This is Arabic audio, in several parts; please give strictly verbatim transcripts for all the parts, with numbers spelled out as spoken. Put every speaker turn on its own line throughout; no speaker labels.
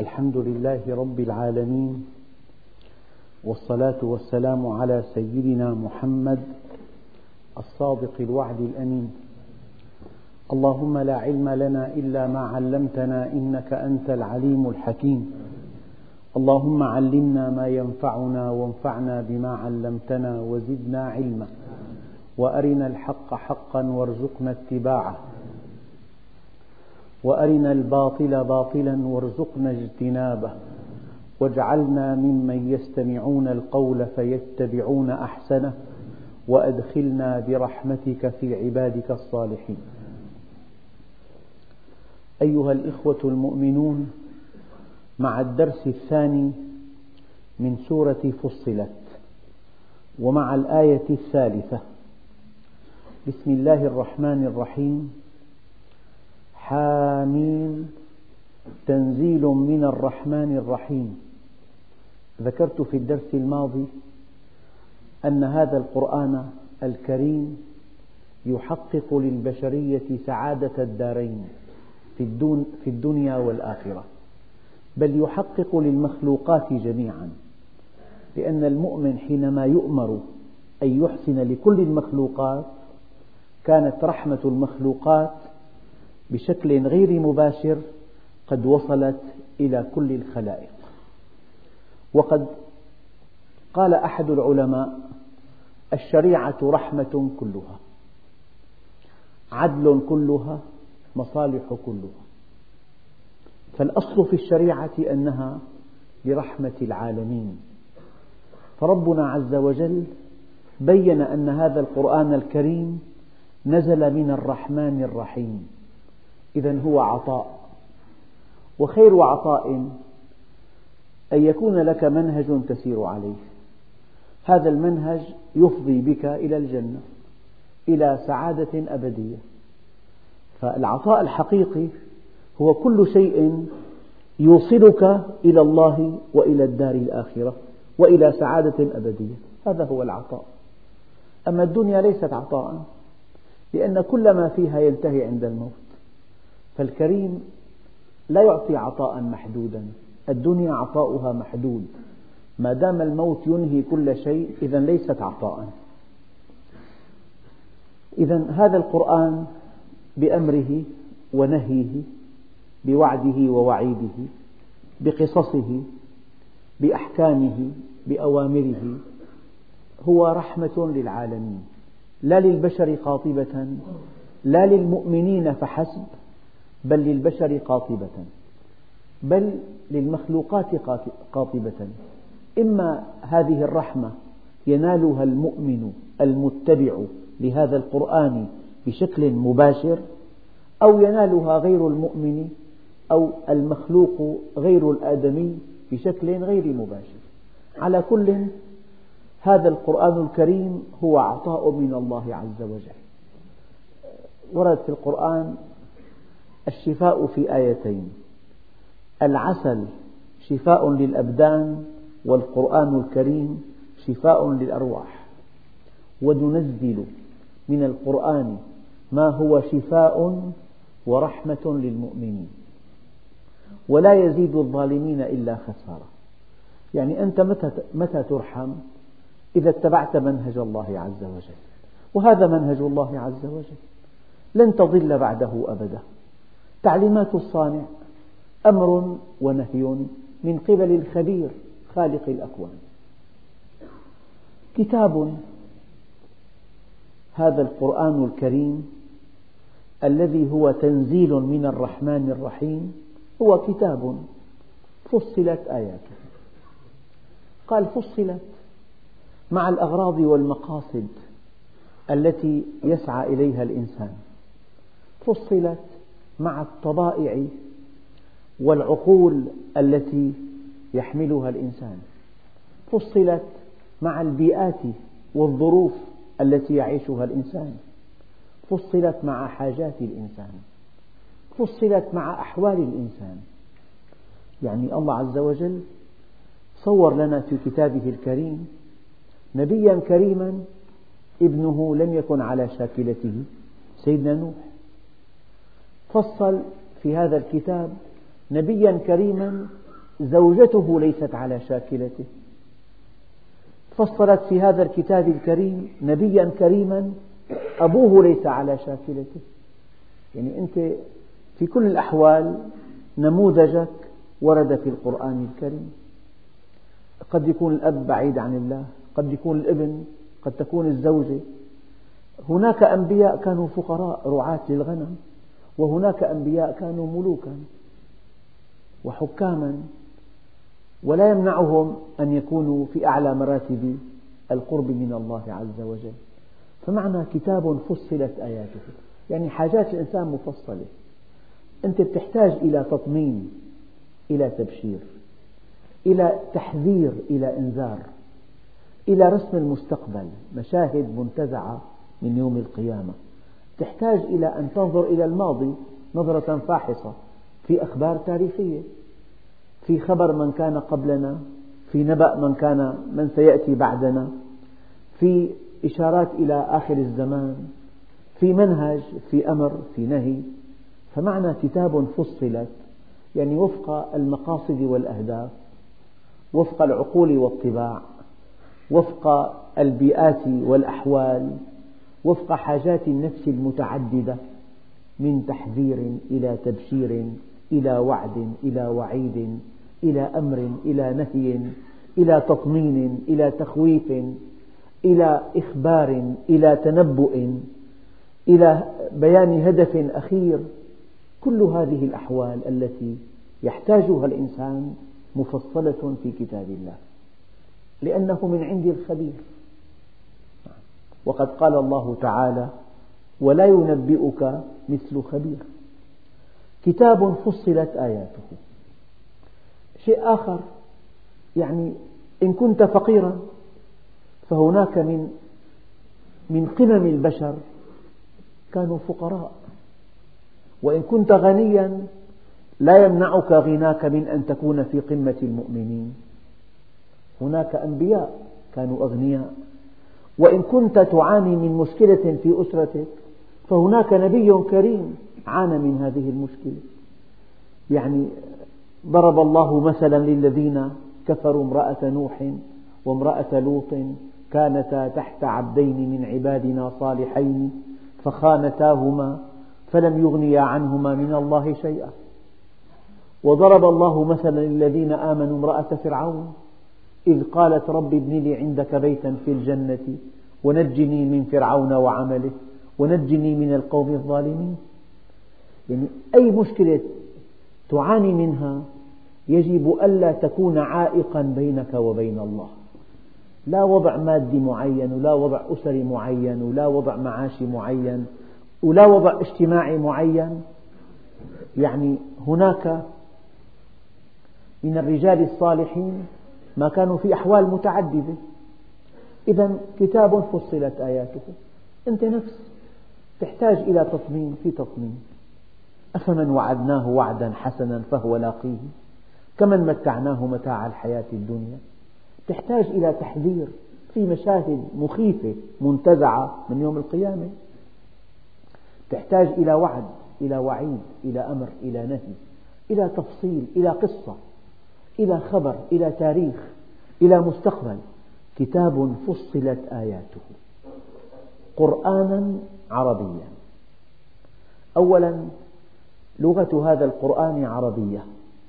الحمد لله رب العالمين، والصلاة والسلام على سيدنا محمد الصادق الوعد الأمين. اللهم لا علم لنا إلا ما علمتنا إنك أنت العليم الحكيم. اللهم علمنا ما ينفعنا وانفعنا بما علمتنا وزدنا علما، وأرنا الحق حقا وارزقنا اتباعه، وأرنا الباطل باطلا وارزقنا اجتنابه، واجعلنا ممن يستمعون القول فيتبعون أحسنه، وأدخلنا برحمتك في عبادك الصالحين. أيها الإخوة المؤمنون، مع الدرس الثاني من سورة فصلت، ومع الآية الثالثة. بسم الله الرحمن الرحيم. حاميم تنزيل من الرحمن الرحيم. ذكرت في الدرس الماضي أن هذا القرآن الكريم يحقق للبشرية سعادة الدارين في الدنيا والآخرة، بل يحقق للمخلوقات جميعا، لأن المؤمن حينما يؤمر أن يحسن لكل المخلوقات كانت رحمة المخلوقات بشكل غير مباشر قد وصلت إلى كل الخلائق. وقد قال أحد العلماء: الشريعة رحمة كلها، عدل كلها، مصالح كلها. فالأصل في الشريعة أنها لرحمة العالمين، فربنا عز وجل بين أن هذا القرآن الكريم نزل من الرحمن الرحيم، إذن هو عطاء، وخير عطاء أن يكون لك منهج تسير عليه. هذا المنهج يفضي بك إلى الجنة، إلى سعادة أبدية. فالعطاء الحقيقي هو كل شيء يوصلك إلى الله وإلى الدار الآخرة وإلى سعادة أبدية، هذا هو العطاء. أما الدنيا ليست عطاء، لأن كل ما فيها ينتهي عند الموت. فالكريم لا يعطي عطاء محدودا، الدنيا عطاؤها محدود، ما دام الموت ينهي كل شيء إذن ليست عطاء. إذن هذا القرآن بأمره ونهيه، بوعده ووعيده، بقصصه، بأحكامه، بأوامره، هو رحمة للعالمين، لا للبشر قاطبة، لا للمؤمنين فحسب، بل للبشر قاطبة، بل للمخلوقات قاطبة. إما هذه الرحمة ينالها المؤمن المتبع لهذا القرآن بشكل مباشر، أو ينالها غير المؤمن أو المخلوق غير الآدمي بشكل غير مباشر. على كل، هذا القرآن الكريم هو عطاء من الله عز وجل. ورد في القرآن الشفاء في آيتين: العسل شفاء للأبدان، والقرآن الكريم شفاء للأرواح. وننزل من القرآن ما هو شفاء ورحمة للمؤمنين، ولا يزيد الظالمين إلا خسارة. يعني أنت متى ترحم؟ إذا اتبعت منهج الله عز وجل، وهذا منهج الله عز وجل، لن تضل بعده أبدا. تعليمات الصانع أمر ونهي من قبل الخبير خالق الأكوان. كتاب، هذا القرآن الكريم الذي هو تنزيل من الرحمن الرحيم هو كتاب فصلت آياته. قال فصلت مع الأغراض والمقاصد التي يسعى إليها الإنسان، فصلت مع الطبائع والعقول التي يحملها الإنسان، فصلت مع البيئات والظروف التي يعيشها الإنسان، فصلت مع حاجات الإنسان، فصلت مع أحوال الإنسان. يعني الله عز وجل صور لنا في كتابه الكريم نبيا كريما ابنه لم يكن على شاكلته، سيدنا نوح. فصل في هذا الكتاب نبيا كريما زوجته ليست على شاكلته. فصلت في هذا الكتاب الكريم نبيا كريما أبوه ليس على شاكلته. يعني أنت في كل الأحوال نموذجك ورد في القرآن الكريم. قد يكون الأب بعيد عن الله، قد يكون الابن، قد تكون الزوجة. هناك أنبياء كانوا فقراء رعاة للغنم، وهناك أنبياء كانوا ملوكا وحكاما، ولا يمنعهم أن يكونوا في أعلى مراتب القرب من الله عز وجل. فمعنى كتاب فصلت آياته يعني حاجات الإنسان مفصلة. أنت بتحتاج إلى تطمين، إلى تبشير، إلى تحذير، إلى إنذار، إلى رسم المستقبل، مشاهد منتزعة من يوم القيامة. تحتاج إلى أن تنظر إلى الماضي نظرة فاحصة، في أخبار تاريخية، في خبر من كان قبلنا، في نبأ من كان من سيأتي بعدنا، في إشارات إلى آخر الزمان، في منهج، في أمر، في نهي. فمعنى كتاب فصلت يعني وفق المقاصد والأهداف، وفق العقول والطباع، وفق البيئات والأحوال، وفق حاجات النفس المتعددة، من تحذير إلى تبشير، إلى وعد، إلى وعيد، إلى أمر، إلى نهي، إلى تطمين، إلى تخويف، إلى إخبار، إلى تنبؤ، إلى بيان هدف أخير. كل هذه الأحوال التي يحتاجها الإنسان مفصلة في كتاب الله، لأنه من عند الخبير. وقد قال الله تعالى: ولا ينبئك مثل خبير. كتاب فصلت آياته. شيء آخر، يعني إن كنت فقيرا فهناك من من قمم البشر كانوا فقراء، وإن كنت غنيا لا يمنعك غناك من أن تكون في قمة المؤمنين. هناك أنبياء كانوا أغنياء، وإن كنت تعاني من مشكلة في أسرتك فهناك نبي كريم عانى من هذه المشكلة. يعني ضرب الله مثلا للذين كفروا امرأة نوح وامرأة لوط كانتا تحت عبدين من عبادنا صالحين فخانتاهما فلم يغنيا عنهما من الله شيئا. وضرب الله مثلا للذين آمنوا امرأة فرعون إذ قالت رب ابن لي عندك بيتا في الجنة ونجني من فرعون وعمله ونجني من القوم الظالمين. يعني أي مشكلة تعاني منها يجب ألا تكون عائقا بينك وبين الله. لا وضع مادي معين، ولا وضع أسري معين، ولا وضع معاشي معين، ولا وضع اجتماعي معين. يعني هناك من الرجال الصالحين ما كانوا في أحوال متعددة. إذن كتاب فصلت آياته. أنت نفس تحتاج إلى تطمين، في تطمين. أفمن وعدناه وعدا حسنا فهو لاقيه كمن متعناه متاع الحياة الدنيا. تحتاج إلى تحذير، في مشاهد مخيفة منتزعة من يوم القيامة. تحتاج إلى وعد، إلى وعيد، إلى أمر، إلى نهي، إلى تفصيل، إلى قصة، إلى خبر، إلى تاريخ، إلى مستقبل. كتاب فصلت آياته قرآنا عربيا. أولا لغة هذا القرآن عربية،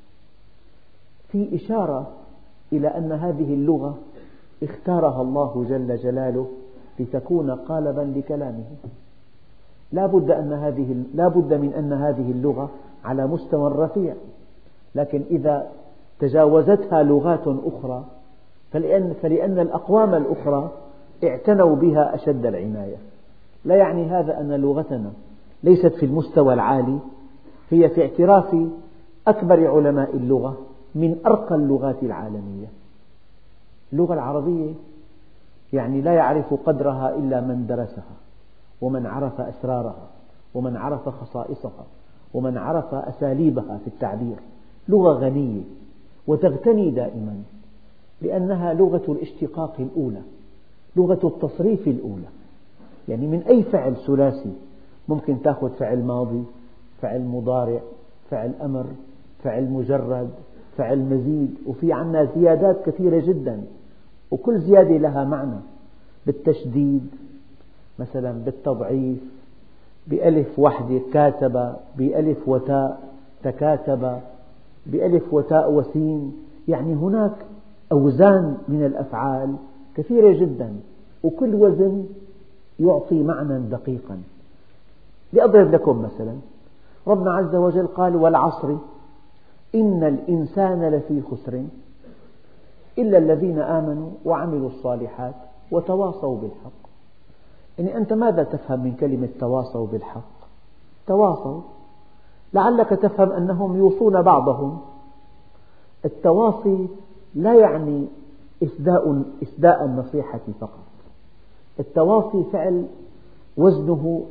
في إشارة إلى أن هذه اللغة اختارها الله جل جلاله لتكون قالبا لكلامه. لا بد أن هذه لا بد من أن هذه اللغة على مستوى رفيع، لكن إذا تجاوزتها لغات أخرى فلأن, فلأن الأقوام الأخرى اعتنوا بها أشد العناية. لا يعني هذا أن لغتنا ليست في المستوى العالي، هي في اعتراف أكبر علماء اللغة من أرقى اللغات العالمية. اللغة العربية يعني لا يعرف قدرها إلا من درسها، ومن عرف أسرارها، ومن عرف خصائصها، ومن عرف أساليبها في التعبير. لغة غنية وتغتني دائما، لأنها لغة الاشتقاق الأولى، لغة التصريف الأولى. يعني من أي فعل ثلاثي ممكن تأخذ فعل ماضي، فعل مضارع، فعل أمر، فعل مجرد، فعل مزيد، وفي عنا زيادات كثيرة جدا، وكل زيادة لها معنى، بالتشديد مثلا، بالتضعيف، بألف وحدة كاتب، بألف وتاء تكاتب، بألف وتاء وسين. يعني هناك أوزان من الأفعال كثيرة جدا، وكل وزن يعطي معنى دقيقا. لأضرب لكم مثلا، ربنا عز وجل قال: والعصر إن الإنسان لفي خسر إلا الذين آمنوا وعملوا الصالحات وتواصوا بالحق. يعني أنت ماذا تفهم من كلمة تواصوا بالحق؟ تواصوا لعلك تفهم أنهم يوصون بعضهم. التواصي لا يعني إسداء, إسداء النصيحة فقط. التواصي فعل وزنه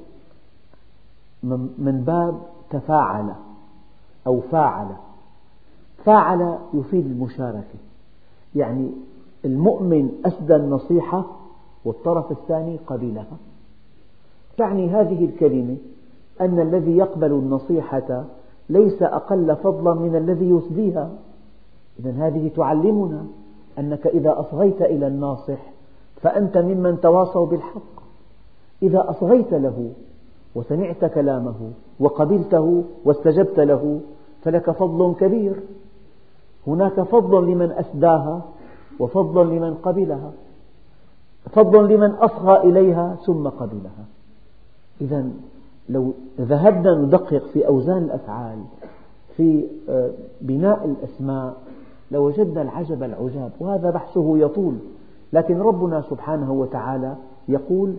من باب تفاعل أو فاعل. فاعل يفيد المشاركة، يعني المؤمن أسدى النصيحة والطرف الثاني قبلها. تعني هذه الكلمة أن الذي يقبل النصيحة ليس أقل فضلا من الذي يسديها. إذن هذه تعلمنا أنك إذا أصغيت إلى الناصح فأنت ممن تواصوا بالحق. إذا أصغيت له وسمعت كلامه وقبلته واستجبت له فلك فضل كبير. هناك فضل لمن أسداها وفضل لمن قبلها، فضل لمن أصغى إليها ثم قبلها. إذن لو ذهبنا ندقق في أوزان الأفعال في بناء الأسماء لوجدنا العجب العجاب، وهذا بحثه يطول. لكن ربنا سبحانه وتعالى يقول: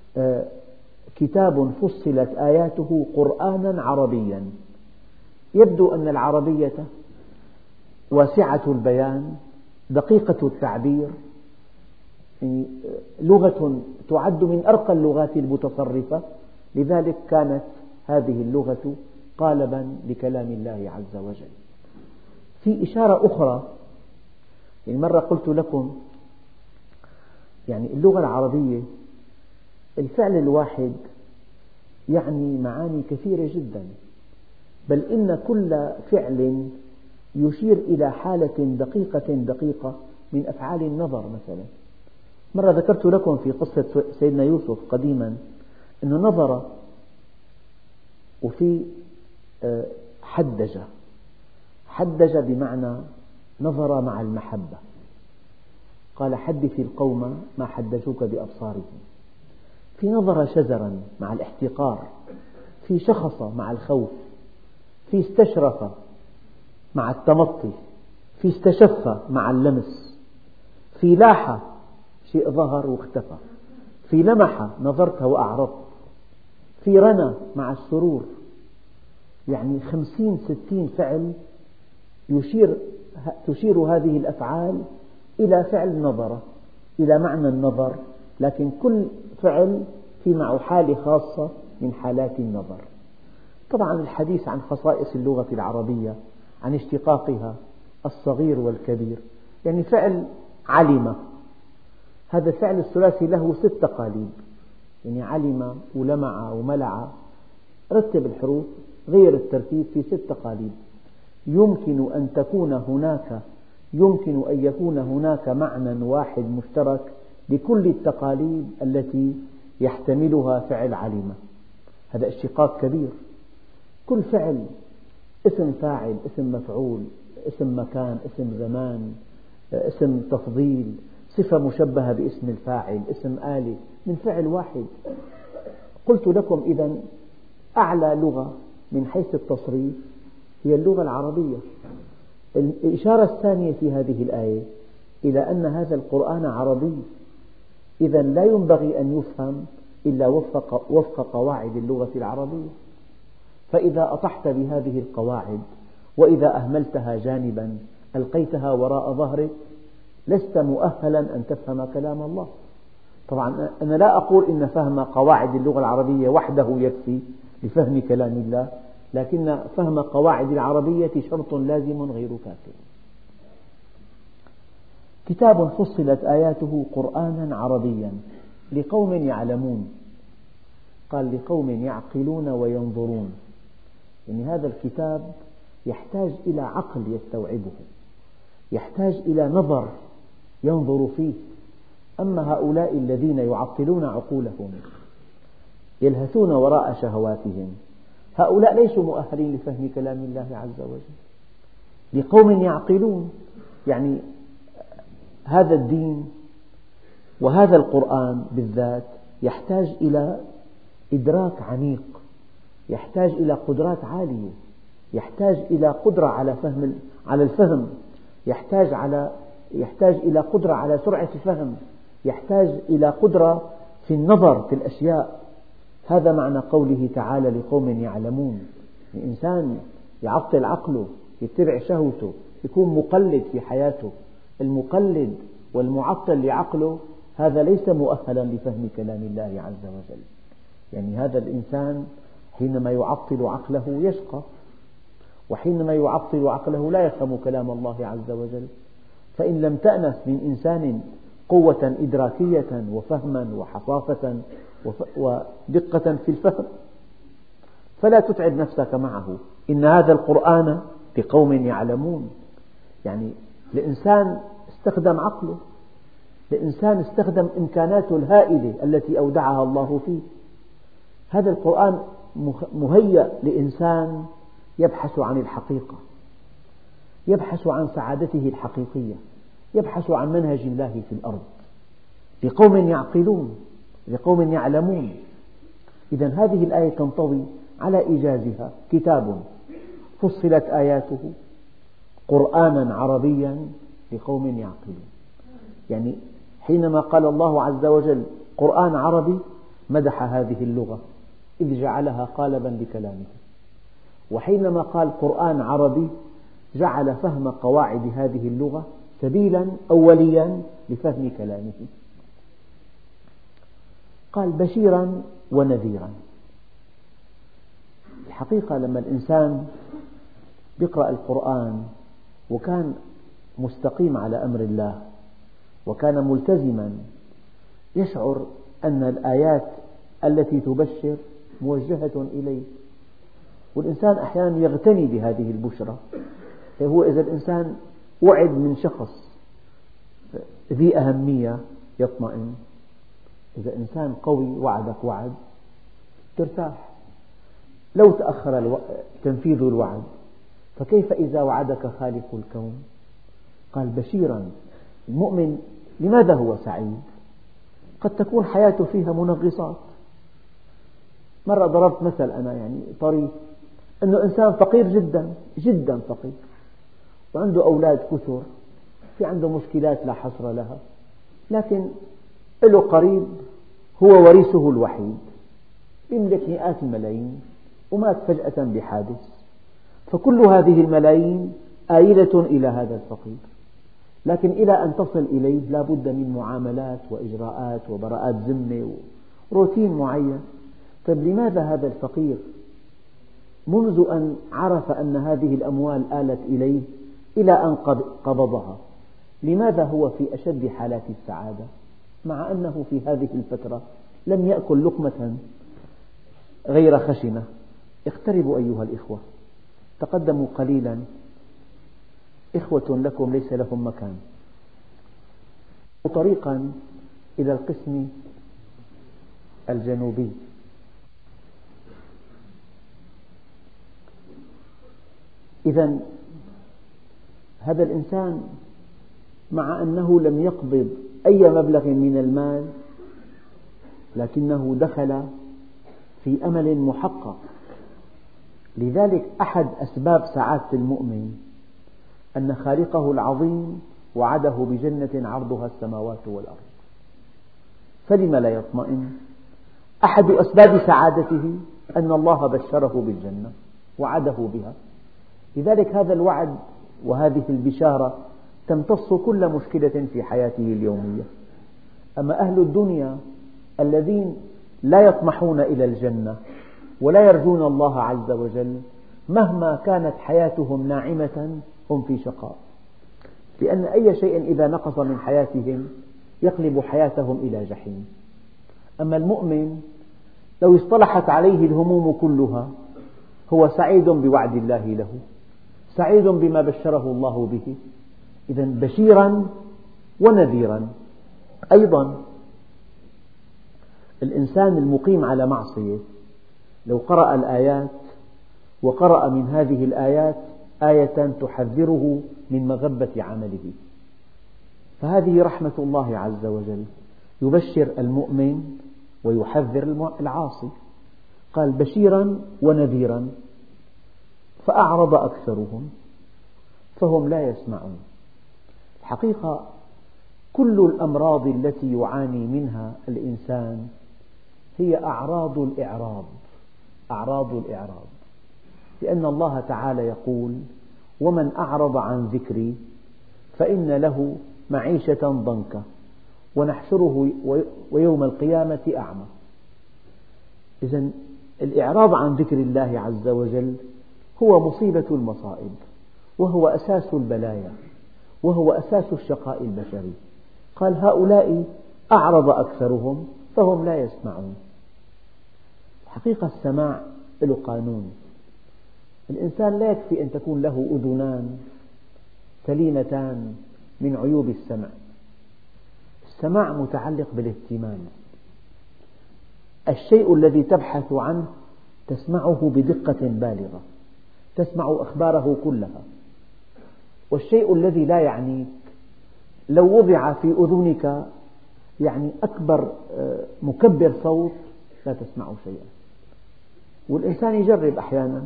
كتاب فصلت آياته قرآنا عربيا. يبدو أن العربية واسعة البيان دقيقة التعبير، يعني لغة تعد من أرقى اللغات المتصرفة، لذلك كانت هذه اللغة قالبا لكلام الله عز وجل. في إشارة أخرى، يعني مرة قلت لكم يعني اللغة العربية الفعل الواحد يعني معاني كثيرة جدا، بل إن كل فعل يشير إلى حالة دقيقة دقيقة من أفعال النظر. مثلا مرة ذكرت لكم في قصة سيدنا يوسف قديما أنه نظر، وفي حدج. حدج بمعنى نظر مع المحبة. قال: حدث القوم ما حدثوك بأبصارهم. في نظر شزرا مع الاحتقار، في شخص مع الخوف، في استشرف مع التمطي، في استشف مع اللمس، في لاح شيء ظهر واختفى، في لمح نظرت وأعرضت، في رنى مع السرور. يعني خمسين ستين فعل يشير تشير هذه الأفعال إلى فعل نظر، إلى معنى النظر، لكن كل فعل في معه حالة خاصة من حالات النظر. طبعا الحديث عن خصائص اللغة العربية، عن اشتقاقها الصغير والكبير. يعني فعل علم، هذا الفعل الثلاثي له ست تقاليد، يعني علم ولمع وملع، رتب الحروف، غير الترتيب في ست تقاليد. يمكن أن تكون هناك يمكن أن يكون هناك معنى واحد مشترك لكل التقاليد التي يحتملها فعل علم. هذا اشتقاق كبير. كل فعل اسم فاعل، اسم مفعول، اسم مكان، اسم زمان، اسم تفضيل، صفة مشبهة باسم الفاعل، اسم آلة، من فعل واحد. قلت لكم إذن أعلى لغة من حيث التصريف هي اللغة العربية. الإشارة الثانية في هذه الآية إلى أن هذا القرآن عربي، إذن لا ينبغي أن يفهم إلا وفق, وفق قواعد اللغة العربية. فإذا أطحت بهذه القواعد وإذا أهملتها جانبا ألقيتها وراء ظهرك لست مؤهلا أن تفهم كلام الله. طبعا أنا لا أقول إن فهم قواعد اللغة العربية وحده يكفي لفهم كلام الله، لكن فهم قواعد العربية شرط لازم غير كاف. كتاب فصلت آياته قرآنا عربيا لقوم يعلمون. قال: لقوم يعقلون وينظرون. يعني هذا الكتاب يحتاج إلى عقل يستوعبه. يحتاج إلى نظر ينظر فيه. أما هؤلاء الذين يعطلون عقولهم يلهثون وراء شهواتهم، هؤلاء ليسوا مؤهلين لفهم كلام الله عز وجل. لقوم يعقلون، يعني هذا الدين وهذا القرآن بالذات يحتاج إلى إدراك عميق، يحتاج إلى قدرات عالية، يحتاج إلى قدرة على فهم على الفهم، يحتاج على يحتاج إلى قدرة على سرعة الفهم، يحتاج إلى قدرة في النظر في الأشياء. هذا معنى قوله تعالى لقوم يعلمون. الإنسان يعطل عقله، يتبع شهوته، يكون مقلد في حياته. المقلد والمعطل لعقله هذا ليس مؤهلا لفهم كلام الله عز وجل. يعني هذا الإنسان حينما يعطل عقله يشقى، وحينما يعطل عقله لا يفهم كلام الله عز وجل. فإن لم تأنس من إنسان قوة إدراكية وفهما وحصافة ودقة في الفهم فلا تتعب نفسك معه. إن هذا القرآن لقوم يعلمون، يعني الإنسان استخدم عقله، الإنسان استخدم إمكاناته الهائلة التي أودعها الله فيه. هذا القرآن مهيأ لإنسان يبحث عن الحقيقة، يبحث عن سعادته الحقيقية، يبحث عن منهج الله في الأرض. لقوم يعقلون، لقوم يعلمون. إذن هذه الآية تنطوي على إيجازها: كتاب فصلت آياته قرآنا عربيا لقوم يعقلون. يعني حينما قال الله عز وجل قرآن عربي مدح هذه اللغة إذ جعلها قالبا لكلامه، وحينما قال قرآن عربي جعل فهم قواعد هذه اللغة سبيلا أوليا لفهم كلامه. قال بشيرا ونذيرا. الحقيقة لما الإنسان يقرأ القرآن وكان مستقيم على أمر الله وكان ملتزما يشعر أن الآيات التي تبشر موجهة إليه، والإنسان أحيانا يغتني بهذه البشرى. هو إذا الإنسان وعد من شخص ذي أهمية يطمئن، إذا إنسان قوي وعدك وعد ترتاح. لو تأخر تنفيذ الوعد فكيف إذا وعدك خالق الكون؟ قال بشيرا. المؤمن لماذا هو سعيد؟ قد تكون حياته فيها منغصات. مرة ضربت مثل أنا يعني طريف، أنه إنسان فقير جدا جدا فقير وعنده أولاد كثر، في عنده مشكلات لا حصر لها، لكن له قريب هو وريثه الوحيد يملك مئات الملايين ومات فجأة بحادث، فكل هذه الملايين آيلة إلى هذا الفقير، لكن إلى أن تصل إليه لا بد من معاملات وإجراءات وبراءات ذمة وروتين معين. طيب لماذا هذا الفقير منذ أن عرف أن هذه الأموال آلت إليه إلى أن قبضها، لماذا هو في أشد حالات السعادة مع أنه في هذه الفترة لم يأكل لقمة غير خشنة؟ اقتربوا أيها الإخوة، تقدموا قليلا، إخوة لكم ليس لهم مكان. طريقا إلى القسم الجنوبي. إذن هذا الإنسان مع أنه لم يقبض أي مبلغ من المال لكنه دخل في أمل محقق. لذلك أحد أسباب سعادة المؤمن أن خالقه العظيم وعده بجنة عرضها السماوات والأرض، فلم لا يطمئن؟ أحد أسباب سعادته أن الله بشره بالجنة وعده بها. لذلك هذا الوعد وهذه البشارة تمتص كل مشكلة في حياته اليومية. أما أهل الدنيا الذين لا يطمحون إلى الجنة ولا يرجون الله عز وجل مهما كانت حياتهم ناعمة هم في شقاء، لأن أي شيء إذا نقص من حياتهم يقلب حياتهم إلى جحيم. أما المؤمن لو اصطلحت عليه الهموم كلها هو سعيد بوعد الله له، سعيد بما بشره الله به. إذن بشيرا ونذيرا. أيضا الإنسان المقيم على معصية لو قرأ الآيات وقرأ من هذه الآيات آية تحذره من مغبة عمله، فهذه رحمة الله عز وجل، يبشر المؤمن ويحذر العاصي. قال بشيرا ونذيرا فأعرض أكثرهم فهم لا يسمعون. الحقيقة كل الأمراض التي يعاني منها الإنسان هي أعراض الإعراض، أعراض الإعراض، لأن الله تعالى يقول ومن أعرض عن ذكري فإن له معيشة ضنكا ونحشره ويوم القيامة أعمى. إذن الإعراض عن ذكر الله عز وجل هو مصيبة المصائب، وهو أساس البلايا، وهو أساس الشقاء البشري. قال هؤلاء أعرض أكثرهم فهم لا يسمعون. حقيقة السماع له قانون، الإنسان لا يكفي أن تكون له أذنان سليمتان من عيوب السمع. السماع متعلق بالاهتمام، الشيء الذي تبحث عنه تسمعه بدقة بالغة، تسمع أخباره كلها، والشيء الذي لا يعنيك لو وضع في أذنك يعني أكبر مكبر صوت لا تسمع شيئا. والإنسان يجرب أحيانا،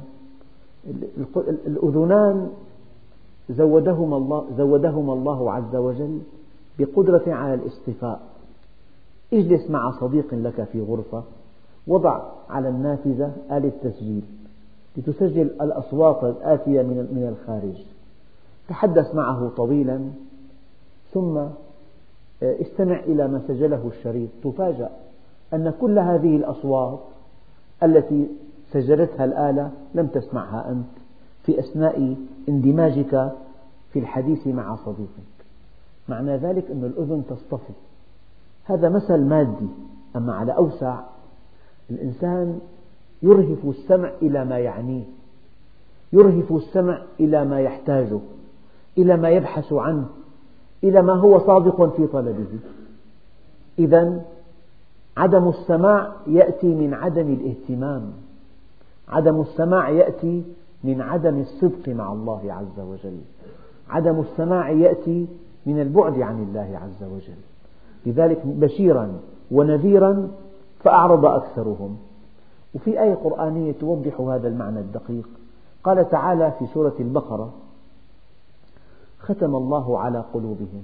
الأذنان زودهما الله, زودهما الله عز وجل بقدرة على الاصطفاء. اجلس مع صديق لك في غرفة، وضع على النافذة آلة تسجيل لتسجل الأصوات الآتية من الخارج، تحدث معه طويلا ثم استمع إلى ما سجله الشريط، تفاجأ أن كل هذه الأصوات التي سجلتها الآلة لم تسمعها أنت في أثناء اندماجك في الحديث مع صديقك. معنى ذلك أن الأذن تصطفي. هذا مثل مادي، أما على أوسع الإنسان يرهف السمع إلى ما يعنيه، يرهف السمع إلى ما يحتاجه، إلى ما يبحث عنه، إلى ما هو صادق في طلبه. إذن عدم السماع يأتي من عدم الاهتمام، عدم السماع يأتي من عدم الصدق مع الله عز وجل، عدم السماع يأتي من البعد عن الله عز وجل. لذلك بشيرا ونذيرا فأعرض أكثرهم. وفي آية قرآنية توضح هذا المعنى الدقيق. قال تعالى في سورة البقرة ختم الله على قلوبهم.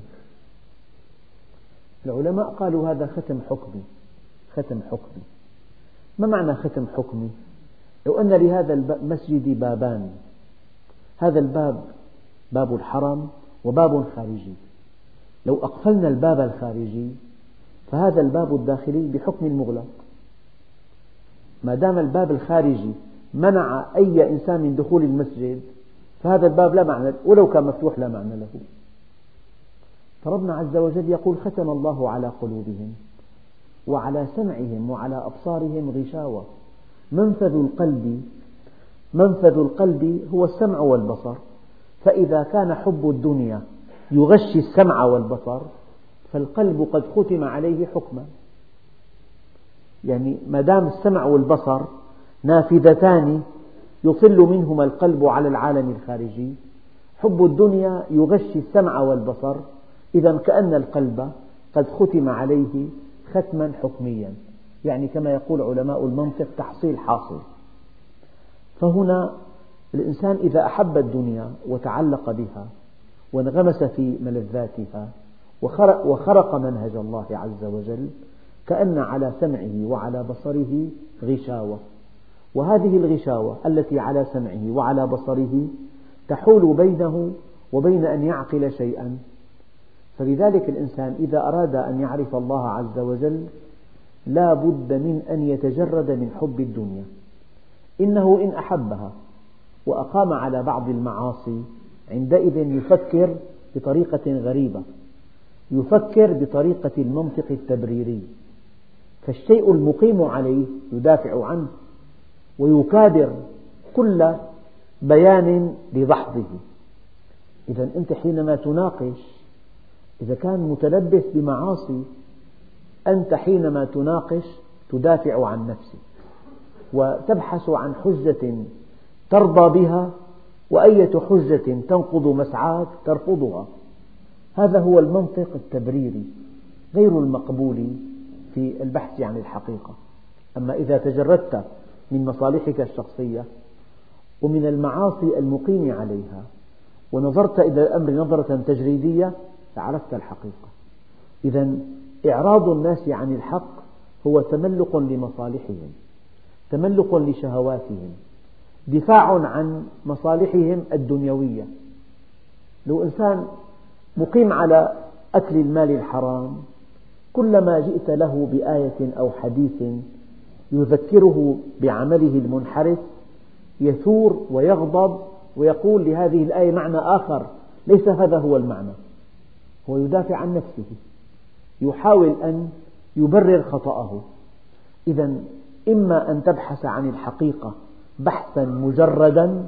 العلماء قالوا هذا ختم حكمي، ختم حكمي. ما معنى ختم حكمي؟ لو أن لهذا المسجد بابان، هذا الباب باب الحرم وباب خارجي، لو أقفلنا الباب الخارجي فهذا الباب الداخلي بحكم المغلق. ما دام الباب الخارجي منع أي إنسان من دخول المسجد فهذا الباب لا معنى، ولو كان مفتوح لا معنى له. فربنا عز وجل يقول ختم الله على قلوبهم وعلى سمعهم وعلى أبصارهم غشاوة. منفذ القلب منفذ القلب هو السمع والبصر، فإذا كان حب الدنيا يغشي السمع والبصر فالقلب قد ختم عليه حكما. يعني ما دام السمع والبصر نافذتان يطل منهما القلب على العالم الخارجي، حب الدنيا يغشي السمع والبصر، إذا كأن القلب قد ختم عليه ختما حكميا، يعني كما يقول علماء المنطق تحصيل حاصل. فهنا الإنسان إذا أحب الدنيا وتعلق بها وانغمس في ملذاتها وخرق منهج الله عز وجل كأن على سمعه وعلى بصره غشاوة، وهذه الغشاوة التي على سمعه وعلى بصره تحول بينه وبين أن يعقل شيئا. فلذلك الإنسان إذا أراد أن يعرف الله عز وجل لا بد من أن يتجرد من حب الدنيا. إنه إن أحبها وأقام على بعض المعاصي عندئذ يفكر بطريقة غريبة، يفكر بطريقة المنطق التبريري، فالشيء المقيم عليه يدافع عنه ويكابر كل بيان لدحضه. إذا أنت حينما تناقش، إذا كان متلبس بمعاصي، أنت حينما تناقش تدافع عن نفسك وتبحث عن حجة ترضى بها، وأية حجة تنقض مسعاك ترفضها. هذا هو المنطق التبريري غير المقبول في البحث عن الحقيقة. أما إذا تجردت من مصالحك الشخصية ومن المعاصي المقيم عليها ونظرت إلى الأمر نظرة تجريدية عرفت الحقيقة. إذا إعراض الناس عن الحق هو تملق لمصالحهم، تملق لشهواتهم، دفاع عن مصالحهم الدنيوية. لو إنسان مقيم على أكل المال الحرام، كلما جئت له بآية أو حديث يذكره بعمله المنحرف يثور ويغضب ويقول لهذه الآية معنى آخر، ليس هذا هو المعنى. هو يدافع عن نفسه، يحاول أن يبرر خطأه. إذا إما أن تبحث عن الحقيقة بحثا مجردا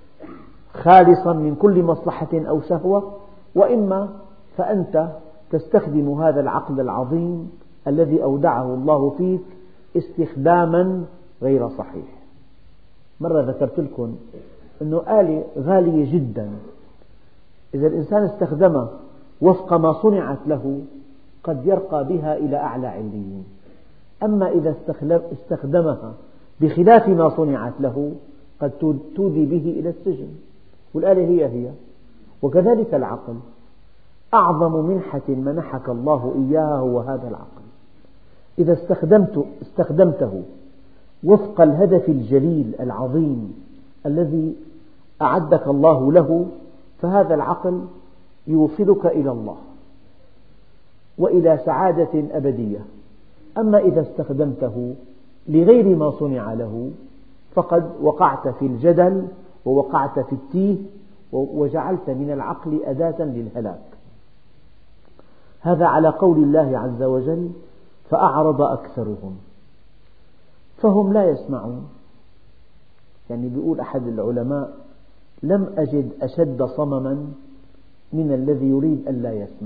خالصا من كل مصلحة أو شهوة، وإما فأنت تستخدم هذا العقل العظيم الذي أودعه الله فيك استخداما غير صحيح. مرة ذكرت لكم أنه آلة غالية جدا، إذا الإنسان استخدمها وفق ما صنعت له قد يرقى بها إلى أعلى عليين، أما إذا استخدمها بخلاف ما صنعت له قد تودي به إلى السجن، والآلة هي هي. وكذلك العقل، أعظم منحة منحك الله إياها هو هذا العقل. إذا استخدمت استخدمته وفق الهدف الجليل العظيم الذي أعدك الله له، فهذا العقل يوصلك إلى الله وإلى سعادة أبدية. أما إذا استخدمته لغير ما صنع له فقد وقعت في الجدل ووقعت في التيه وجعلت من العقل أداة للهلاك. هذا على قول الله عز وجل: فأعرض أكثرهم فهم لا يسمعون. يعني بيقول أحد العلماء: لم أجد أشد صمما من الذي يريد أن لا يسمع.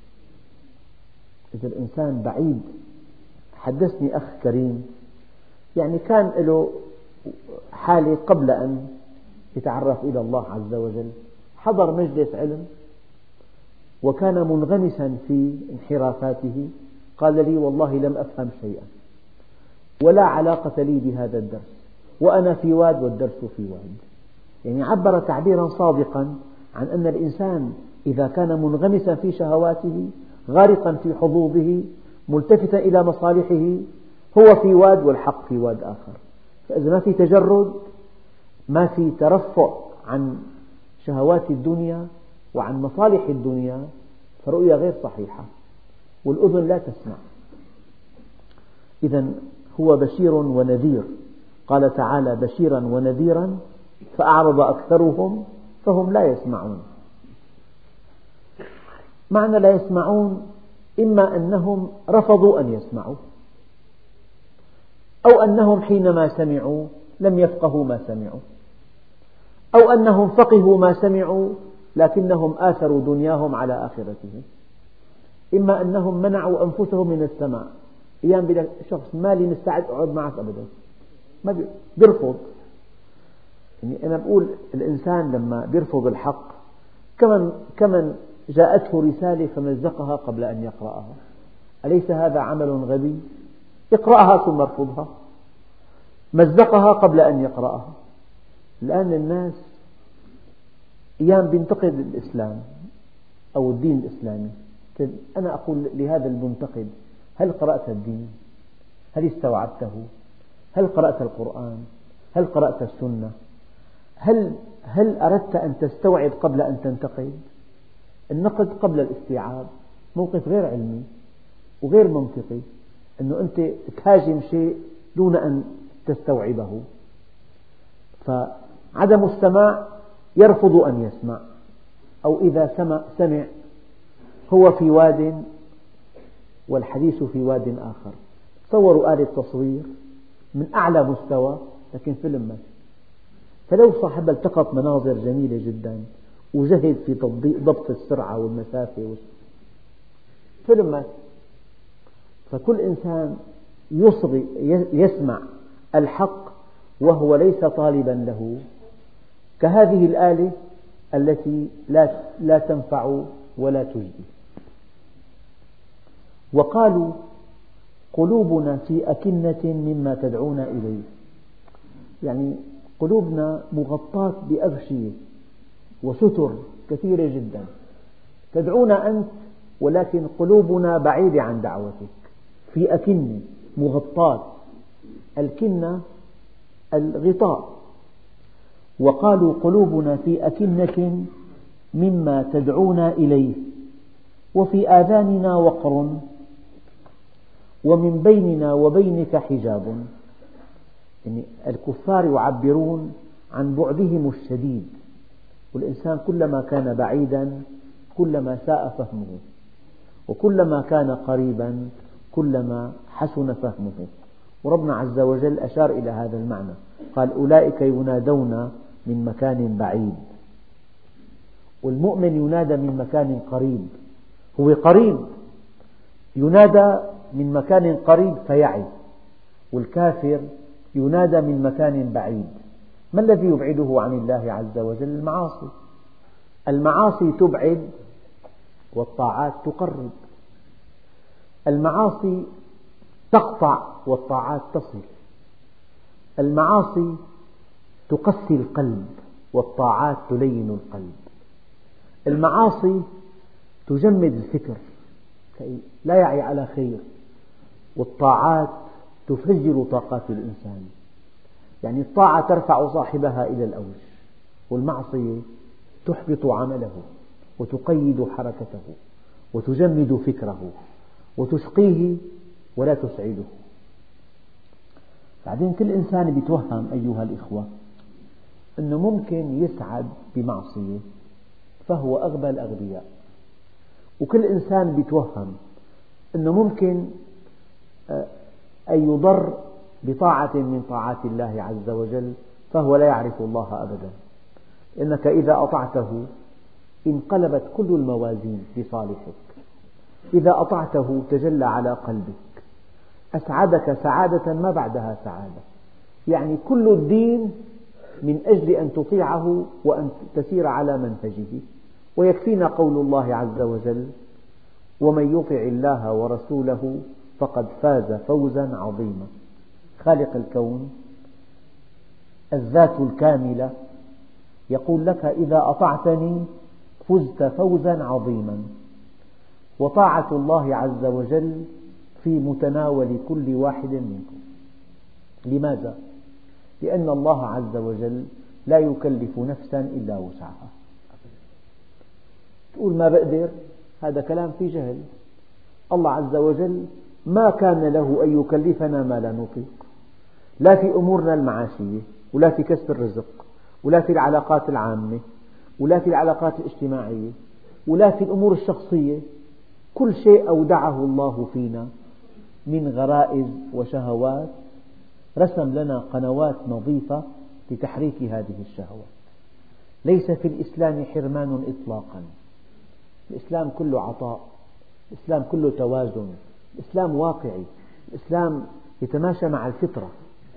إذا الإنسان بعيد. حدثني أخ كريم، يعني كان له حالة قبل أن يتعرف إلى الله عز وجل، حضر مجلس علم وكان منغمسا في انحرافاته، قال لي: والله لم أفهم شيئا ولا علاقة لي بهذا الدرس، وأنا في واد والدرس في واد. يعني عبر تعبيرا صادقا عن أن الإنسان إذا كان منغمسا في شهواته غارقا في حظوظه ملتفتا إلى مصالحه هو في واد والحق في واد آخر. فإذا ما في تجرد، ما في ترفع عن شهوات الدنيا وعن مصالح الدنيا، فرؤية غير صحيحة والأذن لا تسمع. إذا هو بشير ونذير، قال تعالى: بشيرا ونذيرا فأعرض أكثرهم فهم لا يسمعون. معنى لا يسمعون إما أنهم رفضوا أن يسمعوا، أو أنهم حينما سمعوا لم يفقهوا ما سمعوا، أو أنهم فقهوا ما سمعوا لكنهم آثروا دنياهم على آخرتهم. إما أنهم منعوا أنفسهم من السماع. أيام بلا شخص مالي مستعد أقعد معك أبدا، ما بيرفض. يعني أنا بقول الإنسان لما بيرفض الحق كمن كمن جاءته رسالة فمزقها قبل أن يقرأها، أليس هذا عمل غبي؟ اقرأها ثم ارفضها. مزقها قبل أن يقرأها. الآن الناس أيام بينتقد الإسلام أو الدين الإسلامي، أنا أقول لهذا المنتقد: هل قرأت الدين؟ هل استوعبته؟ هل قرأت القرآن؟ هل قرأت السنة؟ هل هل أردت أن تستوعب قبل أن تنتقد؟ النقد قبل الاستيعاب موقف غير علمي وغير منطقي، أنه أنت تهاجم شيء دون أن تستوعبه. فعدم السماع يرفض أن يسمع، أو إذا سمع, سمع هو في واد والحديث في واد آخر. تصوروا آلة تصوير من أعلى مستوى لكن فيلم ماشي، فلو صاحبها التقط مناظر جميلة جدا وجهد في ضبط السرعة والمسافة فيلم مات. فكل إنسان يصغي يسمع الحق وهو ليس طالبا له كهذه الآلة التي لا لا تنفع ولا تجدي. وقالوا قلوبنا في أكنة مما تدعونا إليه، يعني قلوبنا مغطاة بأغشية وستر كثيرة جدا، تدعونا أنت ولكن قلوبنا بعيدة عن دعوتك، في أكنة مغطاة، الكنة الغطاء. وقالوا قلوبنا في أكنة مما تدعونا إليه وفي آذاننا وقر ومن بيننا وبينك حجاب. يعني الكفار يعبرون عن بعدهم الشديد، والإنسان كلما كان بعيدا كلما ساء فهمه، وكلما كان قريبا كلما حسن فهمه. وربنا عز وجل أشار إلى هذا المعنى، قال أولئك ينادون من مكان بعيد، والمؤمن ينادى من مكان قريب، هو قريب ينادى من مكان قريب فيعي، والكافر ينادى من مكان بعيد. ما الذي يبعده عن الله عز وجل؟ المعاصي. المعاصي تبعد والطاعات تقرب، المعاصي تقطع والطاعات تصل، المعاصي تقسي القلب والطاعات تلين القلب، المعاصي تجمد الفكر لا يعي على خير، والطاعات تفجر طاقات الإنسان. يعني الطاعة ترفع صاحبها إلى الأوج، والمعصية تحبط عمله وتقيد حركته وتجمد فكره وتشقيه ولا تسعده. بعدين كل إنسان بيتوهم أيها الإخوة أنه ممكن يسعد بمعصية فهو أغبى الأغبياء، وكل إنسان بيتوهم أنه ممكن أن يضر بطاعة من طاعات الله عز وجل فهو لا يعرف الله أبدا، إنك إذا أطعته انقلبت كل الموازين لصالحك، إذا أطعته تجلى على قلبك، أسعدك سعادة ما بعدها سعادة. يعني كل الدين من أجل أن تطيعه وأن تسير على منهجه. ويكفينا قول الله عز وجل ومن يطع الله ورسوله فقد فاز فوزا عظيما. خالق الكون الذات الكاملة يقول لك إذا أطعتني فزت فوزا عظيما. وطاعة الله عز وجل في متناول كل واحد منكم. لماذا؟ لأن الله عز وجل لا يكلف نفسا إلا وسعها. تقول ما بقدر، هذا كلام في جهل. الله عز وجل ما كان له أن يكلفنا ما لا نطيق، لا في أمورنا المعاشية ولا في كسب الرزق ولا في العلاقات العامة ولا في العلاقات الاجتماعية ولا في الأمور الشخصية. كل شيء أودعه الله فينا من غرائز وشهوات، رسم لنا قنوات نظيفة لتحريك هذه الشهوات. ليس في الإسلام حرمان إطلاقا، الإسلام كله عطاء، الإسلام كله توازن، الإسلام واقعي، الإسلام يتماشى مع الفطرة.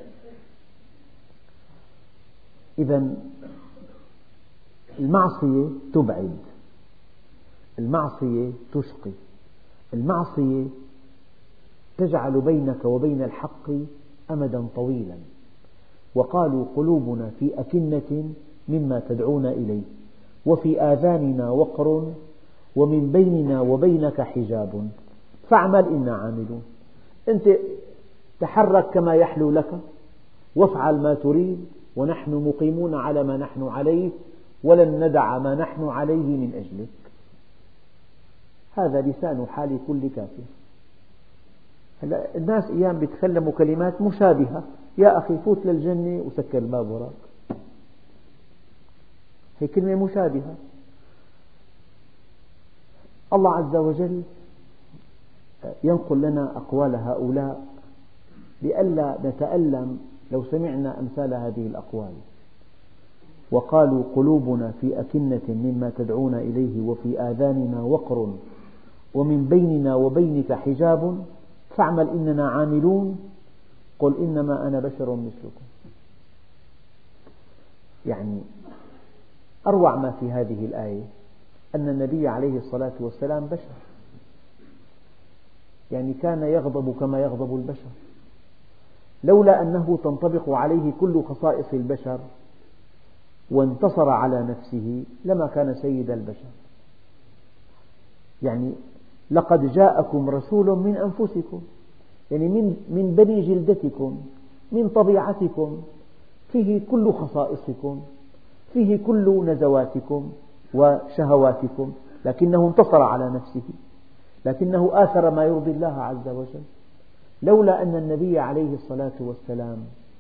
إذن المعصية تبعد، المعصية تشقي، المعصية تجعل بينك وبين الحق أمدا طويلا. وقالوا قلوبنا في أكنة مما تدعونا إليه وفي آذاننا وقر ومن بيننا وبينك حجاب فاعمل إنا عاملون. أنت تحرك كما يحلو لك وافعل ما تريد، ونحن مقيمون على ما نحن عليه ولن ندع ما نحن عليه من أجلك. هذا لسان حال كل كافر. الناس أيام يتكلموا كلمات مشابهة، يا أخي فوت للجنة وسكر الباب وراك، هي كلمة مشابهة. الله عز وجل ينقل لنا أقوال هؤلاء لئلا نتألم لو سمعنا أمثال هذه الأقوال. وقالوا قلوبنا في أكنة مما تدعونا إليه وفي آذاننا وقر ومن بيننا وبينك حجاب فاعمل إننا عاملون قل إنما أنا بشر مثلكم. يعني أروع ما في هذه الآية أن النبي عليه الصلاة والسلام بشر، يعني كان يغضب كما يغضب البشر، لولا أنه تنطبق عليه كل خصائص البشر وانتصر على نفسه لما كان سيد البشر. يعني لقد جاءكم رسول من أنفسكم، يعني من من بني جلدتكم، من طبيعتكم، فيه كل خصائصكم، فيه كل نزواتكم وشهواتكم، لكنه انتصر على نفسه، لكنه آثر ما يرضي الله عز وجل. لولا أن النبي عليه الصلاة والسلام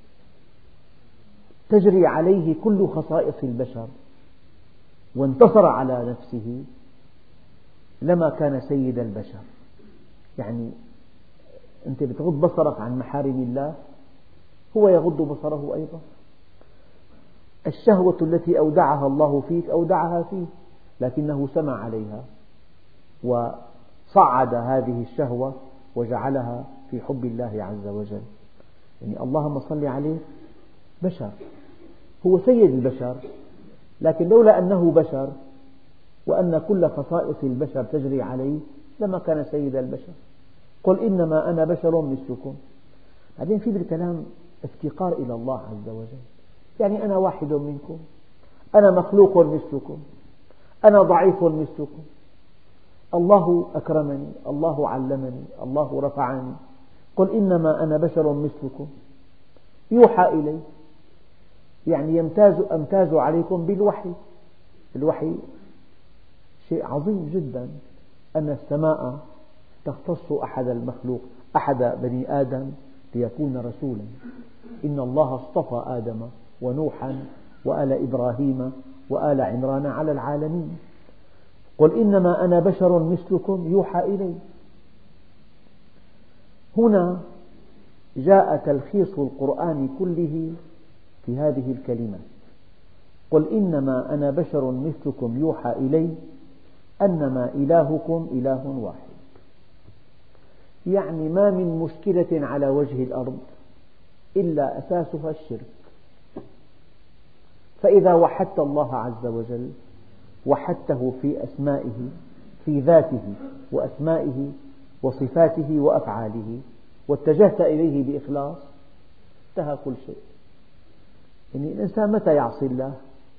تجري عليه كل خصائص البشر وانتصر على نفسه لما كان سيد البشر. يعني أنت بتغض بصرك عن محارم الله، هو يغض بصره أيضا. الشهوة التي أودعها الله فيك أودعها فيه، لكنه سمع عليها وصعد هذه الشهوة وجعلها في حب الله عز وجل. يعني اللهم صل عليه بشر، هو سيد البشر، لكن لولا أنه بشر وأن كل خصائص البشر تجري عليه لما كان سيد البشر. قل إنما أنا بشر مثلكم. بعدين في بالكلام افتقار إلى الله عز وجل، يعني أنا واحد منكم، أنا مخلوق مثلكم، أنا ضعيف مثلكم، الله أكرمني، الله علمني، الله رفعني. قل إنما أنا بشر مثلكم يوحى إلي، يعني يمتاز أمتاز عليكم بالوحي. الوحي شيء عظيم جدا، أن السماء تختص أحد المخلوق أحد بني آدم ليكون رسولا. إن الله اصطفى آدم ونوحا وآل إبراهيم وآل عمران على العالمين. قل إنما أنا بشر مثلكم يوحى إلي. هنا جاء تلخيص القرآن كله في هذه الكلمات. قل إنما أنا بشر مثلكم يوحى إلي أنما إلهكم إله واحد. يعني ما من مشكلة على وجه الأرض إلا أساسها الشرك، فإذا وحدت الله عز وجل وحدته في أسمائه، في ذاته وأسمائه وصفاته وأفعاله، واتجهت إليه بإخلاص، انتهى كل شيء. يعني الإنسان متى يعصي الله؟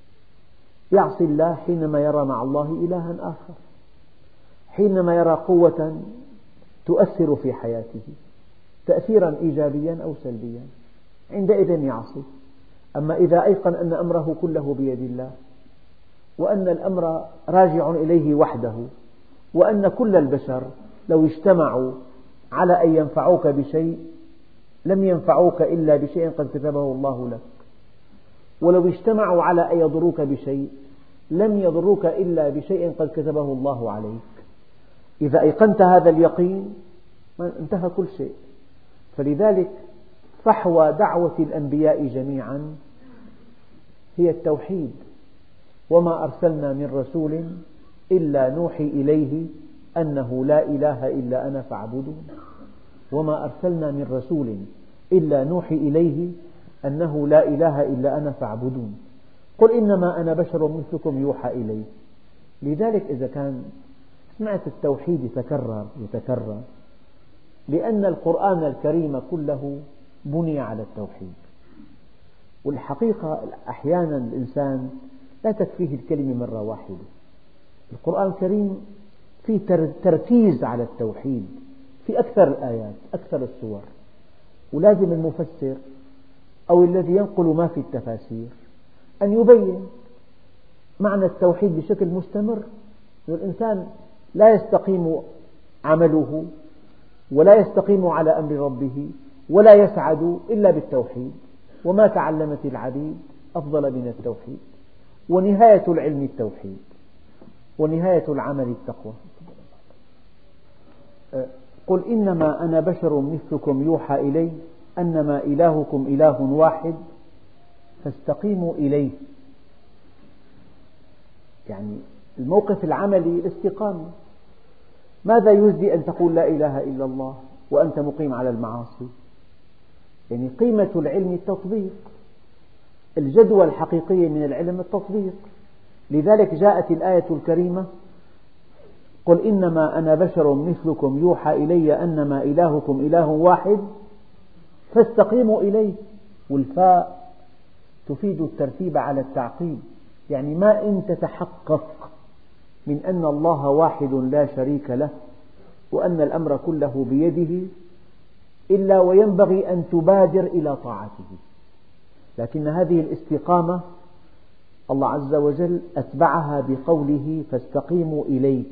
يعصي الله حينما يرى مع الله إلها آخر، حينما يرى قوة تؤثر في حياته تأثيرا إيجابيا أو سلبيا، عندئذ يعصي. أما إذا أيقن أن أمره كله بيد الله، وأن الأمر راجع إليه وحده، وأن كل البشر لو اجتمعوا على أن ينفعوك بشيء لم ينفعوك إلا بشيء قد كتبه الله لك، ولو اجتمعوا على أن يضروك بشيء لم يضروك إلا بشيء قد كتبه الله عليك. إذا أيقنت هذا اليقين انتهى كل شيء. فلذلك فحوى دعوة الأنبياء جميعا هي التوحيد. وما أرسلنا من رسول إلا نوحي إليه أنه لا إله إلا أنا فاعبدون. وما أرسلنا من رسول إلا نوحي إليه أنه لا إله إلا أنا فاعبدون. قل إنما أنا بشر مثلكم يوحى إلي. لذلك إذا كان سمعت التوحيد يتكرر يتكرر لأن القرآن الكريم كله بني على التوحيد. والحقيقة أحيانا الإنسان لا تكفيه الكلمة مرة واحدة. القرآن الكريم فيه تركيز على التوحيد في أكثر الآيات أكثر السور، ولازم المفسر أو الذي ينقل ما في التفاسير أن يبين معنى التوحيد بشكل مستمر. الإنسان لا يستقيم عمله ولا يستقيم على أمر ربه ولا يسعد إلا بالتوحيد. وما تعلمت العبيد أفضل من التوحيد، ونهاية العلم التوحيد، ونهاية العمل التقوى. قل إنما أنا بشر مثلكم يوحى إلي أنما إلهكم إله واحد فاستقيموا إليه يعني الموقف العملي الاستقامة. ماذا يجدي أن تقول لا إله إلا الله وأنت مقيم على المعاصي؟ يعني قيمة العلم التطبيق، الجدوى الحقيقية من العلم التطبيق. لذلك جاءت الآية الكريمة: قل إنما أنا بشر مثلكم يوحى إلي أنما إلهكم إله واحد فاستقيموا إليه. والفاء تفيد الترتيب على التعقيب، يعني ما إن تتحقق من أن الله واحد لا شريك له وأن الأمر كله بيده إلا وينبغي أن تبادر إلى طاعته. لكن هذه الاستقامة الله عز وجل أتبعها بقوله فاستقيموا إليه،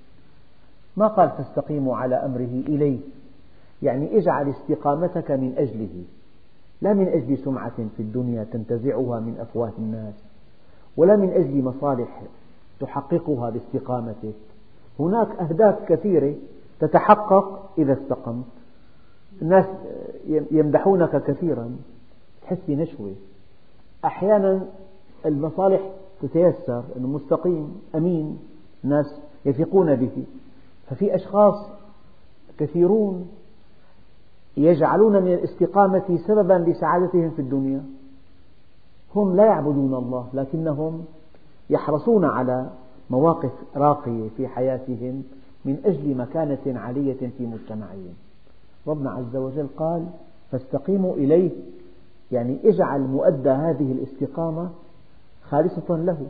ما قال فاستقيموا على أمره إليه، يعني اجعل استقامتك من أجله، لا من أجل سمعة في الدنيا تنتزعها من أفواه الناس، ولا من أجل مصالح تحققها باستقامتك. هناك أهداف كثيرة تتحقق إذا استقمت. الناس يمدحونك كثيرا، تحس بنشوة. أحيانا المصالح تتيسر أنه مستقيم أمين، الناس يثقون به. ففي أشخاص كثيرون يجعلون من الاستقامة سببا لسعادتهم في الدنيا. هم لا يعبدون الله لكنهم يحرصون على مواقف راقية في حياتهم من أجل مكانة عالية في مجتمعهم. ربنا عز وجل قال فاستقيموا إليه، يعني اجعل مؤدى هذه الاستقامة خالصة له،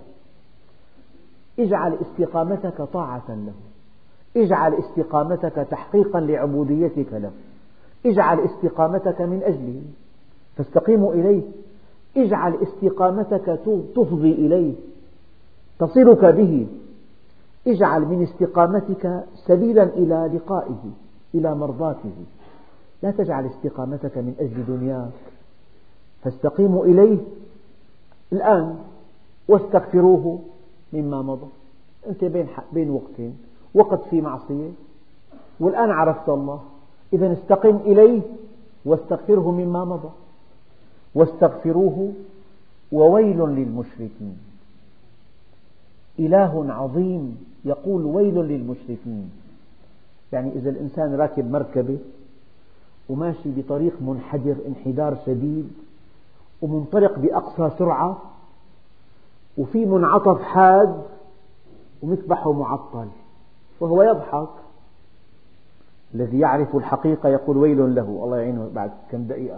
اجعل استقامتك طاعة له، اجعل استقامتك تحقيقا لعبوديتك له، اجعل استقامتك من أجله. فاستقيموا إليه، اجعل استقامتك تفضي إليه، تصلك به. اجعل من استقامتك سبيلا إلى لقائه، إلى مرضاته. لا تجعل استقامتك من أجل دنياك. فاستقيموا إليه الآن واستغفروه مما مضى. أنت بين بين وقتين، وقت في معصية والآن عرفت الله، إذا استقم إليه واستغفره مما مضى. واستغفروه وويل للمشركين. إله عظيم يقول ويل للمشركين، يعني إذا الإنسان راكب مركبة وماشي بطريق منحدر انحدار شديد ومنطلق بأقصى سرعة وفي منعطف حاد ومكبحه معطل وهو يضحك، الذي يعرف الحقيقة يقول ويل له، الله يعينه بعد كم دقيقة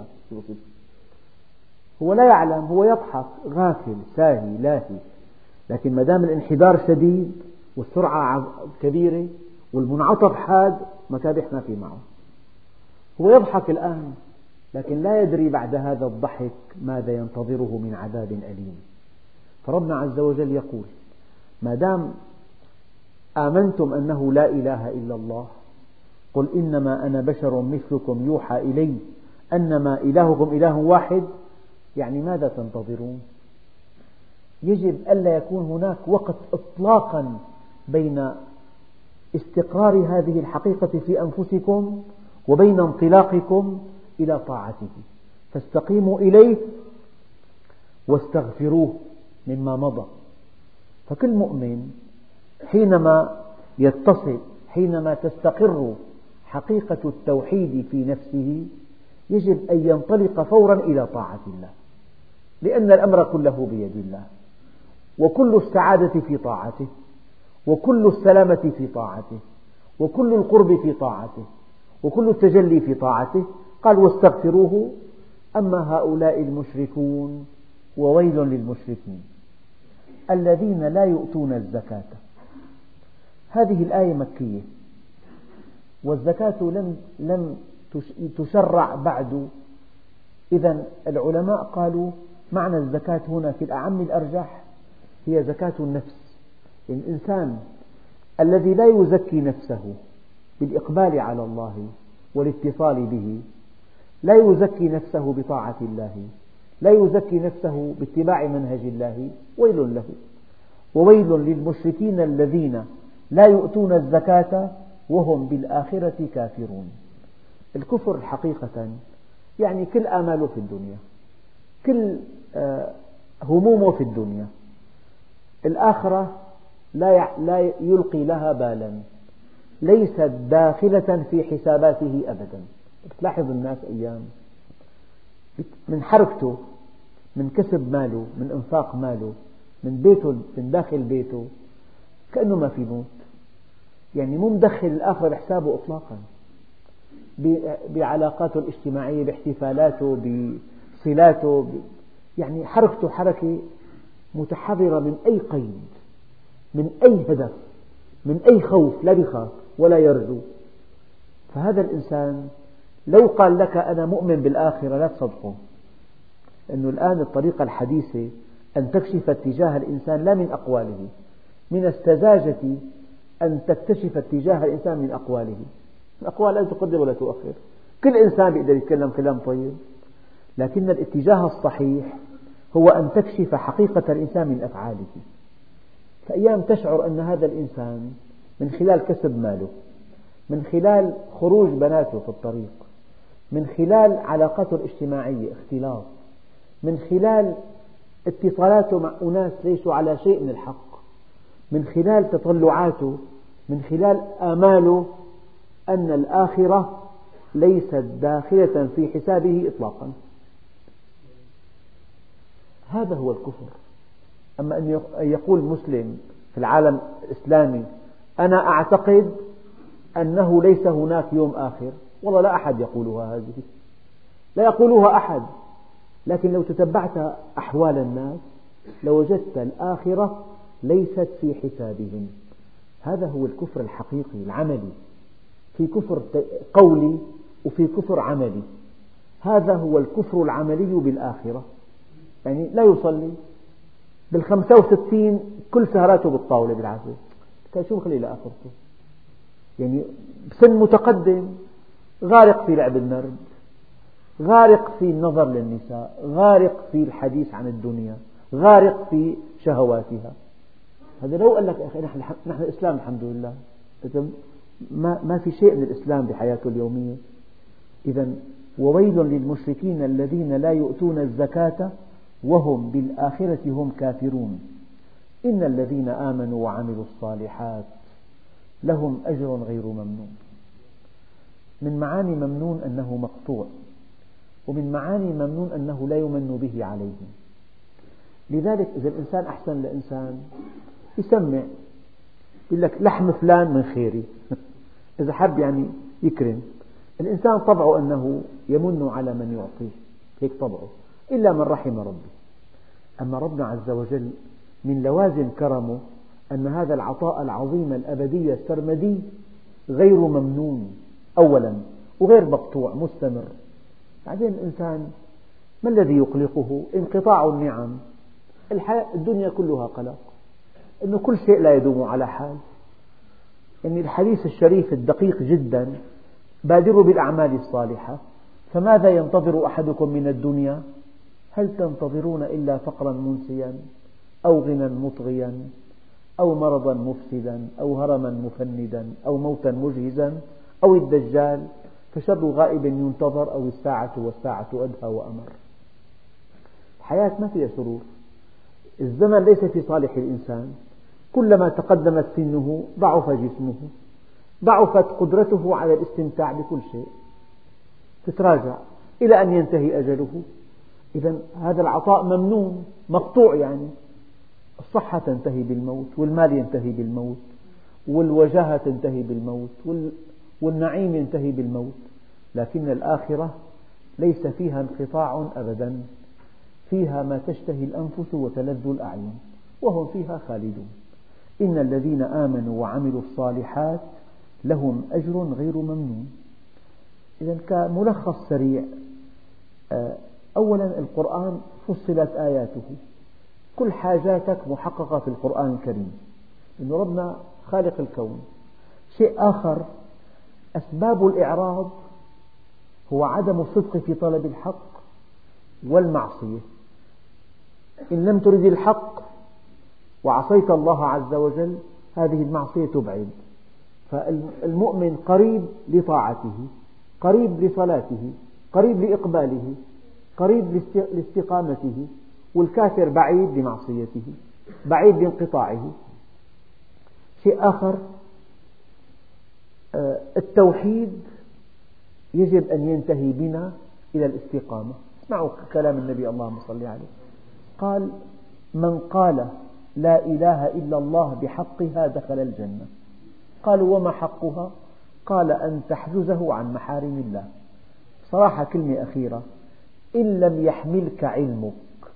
هو لا يعلم، هو يضحك غافل ساهي لاهي. لكن ما دام الانحدار شديد والسرعة كبيرة والمنعطف حاد مكابح ما في معه، هو يضحك الآن لكن لا يدري بعد هذا الضحك ماذا ينتظره من عذاب أليم. فربنا عز وجل يقول ما دام آمنتم أنه لا إله إلا الله، قل إنما أنا بشر مثلكم يوحى إلي أنما إلهكم إله واحد، يعني ماذا تنتظرون؟ يجب ألا يكون هناك وقت إطلاقا بين استقرار هذه الحقيقة في أنفسكم وبين انطلاقكم إلى طاعته. فاستقيموا إليه واستغفروه مما مضى. فكل مؤمن حينما يتصل حينما تستقر حقيقة التوحيد في نفسه يجب أن ينطلق فورا إلى طاعة الله، لأن الأمر كله بيد الله، وكل السعادة في طاعته، وكل السلامة في طاعته، وكل القرب في طاعته، وكل التجلي في طاعته. قال واستغفروه. أما هؤلاء المشركون وويل للمشركين الذين لا يؤتون الزكاة. هذه الآية مكية، والزكاة لم لم تشرع بعد. إذن العلماء قالوا معنى الزكاة هنا في الأعم الأرجح هي زكاة النفس. الإنسان الذي لا يزكي نفسه بالإقبال على الله والاتصال به، لا يزكي نفسه بطاعة الله، لا يزكي نفسه باتباع منهج الله، ويل له. وويل للمشركين الذين لا يؤتون الزكاة وهم بالآخرة كافرون. الكفر حقيقة يعني كل آماله في الدنيا، كل همومه في الدنيا، الآخرة لا لا يلقي لها بالا، ليست داخلة في حساباته أبدا. تلاحظ الناس أيام من حركته، من كسب ماله، من إنفاق ماله، من بيته، من داخل بيته، كأنه ما في موت، يعني مو مدخل الآخرة بحسابه إطلاقا، بعلاقاته الاجتماعية، باحتفالاته، بصلاته، يعني حركته حركة متحررة من أي قيد، من أي هدف، من أي خوف، لا يخاف ولا يرجو. فهذا الإنسان لو قال لك أنا مؤمن بالآخرة لا تصدقه، لأنه الآن الطريقة الحديثة أن تكشف اتجاه الإنسان لا من أقواله، من السذاجة أن تكتشف اتجاه الإنسان من أقواله. الأقوال لا تقدم ولا تؤخر، كل إنسان يقدر يتكلم كلام طيب، لكن الاتجاه الصحيح هو أن تكشف حقيقة الإنسان من أفعاله. فأيام تشعر أن هذا الإنسان من خلال كسب ماله، من خلال خروج بناته في الطريق، من خلال علاقاته الاجتماعية اختلاط، من خلال اتصالاته مع أناس ليسوا على شيء من الحق، من خلال تطلعاته، من خلال آماله، أن الآخرة ليست داخلة في حسابه إطلاقا. هذا هو الكفر. أما أن يقول مسلم في العالم الإسلامي أنا أعتقد أنه ليس هناك يوم آخر، والله لا أحد يقولها، هذه لا يقولها أحد، لكن لو تتبعت أحوال الناس لوجدت الآخرة ليست في حسابهم. هذا هو الكفر الحقيقي العملي، في كفر قولي وفي كفر عملي. هذا هو الكفر العملي بالآخرة، يعني لا يصلي بالخمسة وستين كل سهراته بالطاولة بالعافية، شو مخلي إلى آخرته؟ يعني بسن متقدم، غارق في لعب النرد، غارق في النظر للنساء، غارق في الحديث عن الدنيا، غارق في شهواتها. هذا لو قال لك يا أخي نحن نحن الإسلام الحمد لله، ما ما في شيء من الإسلام بحياته اليومية. إذا وويل للمشركين الذين لا يؤتون الزكاة وهم بالآخرة هم كافرون إن الذين آمنوا وعملوا الصالحات لهم أجر غير ممنون. من معاني ممنون أنه مقطوع، ومن معاني ممنون أنه لا يمن به عليه. لذلك إذا الإنسان أحسن لإنسان يسمع، يقول لك لحم فلان من خيري إذا حب يعني يكرم. الإنسان طبعه أنه يمن على من يعطيه، هيك طبعه، إلا من رحم ربي. أما ربنا عز وجل من لوازم كرمه أن هذا العطاء العظيم الأبدي السرمدي غير ممنون أولا، وغير مقطوع مستمر. بعدين الإنسان ما الذي يقلقه؟ انقطاع النعم. الحياة الدنيا كلها قلق، أنه كل شيء لا يدوم على حال. يعني الحديث الشريف الدقيق جدا بادروا بالأعمال الصالحة فماذا ينتظر أحدكم من الدنيا؟ هل تنتظرون إلا فقرا منسيا أو غنى مطغيا أو مرضا مفسدا أو هرما مفندا أو موتا مجهزا أو الدجال فشر غائب ينتظر أو الساعة والساعة أدهى وأمر. الحياة ما فيها سرور، الزمن ليس في صالح الإنسان، كلما تقدمت سنه ضعف جسمه، ضعفت قدرته على الاستمتاع بكل شيء، تتراجع إلى أن ينتهي أجله. إذا هذا العطاء ممنون مقطوع، يعني الصحة تنتهي بالموت، والمال ينتهي بالموت، والوجاهة تنتهي بالموت، والنعيم ينتهي بالموت. لكن الآخرة ليس فيها انقطاع أبدا، فيها ما تشتهي الأنفس وتلذ الأعين وهم فيها خالدون. إن الذين آمنوا وعملوا الصالحات لهم أجر غير ممنون. إذا كملخص سريع، أولا القرآن فصلت آياته، كل حاجاتك محققة في القرآن الكريم، إن ربنا خالق الكون. شيء آخر، أسباب الإعراض هو عدم الصدق في طلب الحق والمعصية. إن لم ترد الحق وعصيت الله عز وجل هذه المعصية تبعد. فالمؤمن قريب لطاعته، قريب لصلاته، قريب لإقباله، قريب لاستقامته، والكافر بعيد لمعصيته، بعيد لانقطاعه. شيء آخر، التوحيد يجب أن ينتهي بنا إلى الاستقامة. اسمعوا كلام النبي اللهم صل عليه، قال: من قال لا إله إلا الله بحقها دخل الجنة. قالوا: وما حقها؟ قال: أن تحجزه عن محارم الله. صراحة كلمة أخيرة: إن لم يحملك علمك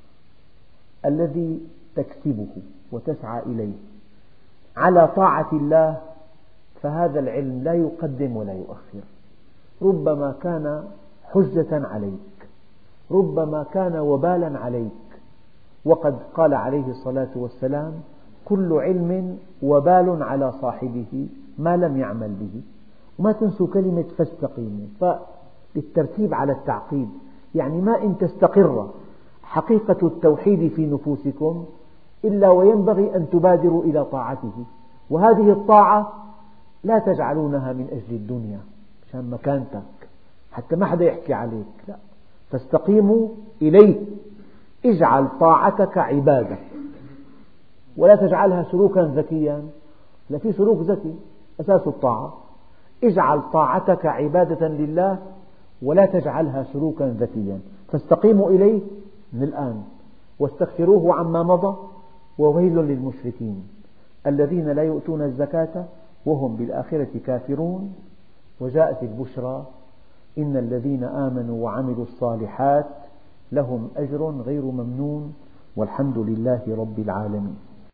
الذي تكسبه وتسعى إليه على طاعة الله فهذا العلم لا يقدم ولا يؤخر، ربما كان حجة عليك، ربما كان وبالا عليك. وقد قال عليه الصلاة والسلام: كل علم وبال على صاحبه ما لم يعمل به. وما تنسوا كلمة فاستقيموا، فالترتيب على التعقيد، يعني ما إن تستقر حقيقة التوحيد في نفوسكم إلا وينبغي أن تبادروا إلى طاعته. وهذه الطاعة لا تجعلونها من أجل الدنيا عشان مكانتك حتى ما حدا يحكي عليك، لا، فاستقيموا إليه. اجعل طاعتك عبادة ولا تجعلها سلوكا ذكيا، لا، في سلوك ذكي أساس الطاعة. اجعل طاعتك عبادة لله ولا تجعلها سلوكا ذكيا. فاستقيموا إليه من الآن واستغفروه عما مضى. وويل للمشركين الذين لا يؤتون الزكاة وهم بالآخرة كافرون. وجاءت البشرى إن الذين آمنوا وعملوا الصالحات لهم أجر غير ممنون والحمد لله رب العالمين.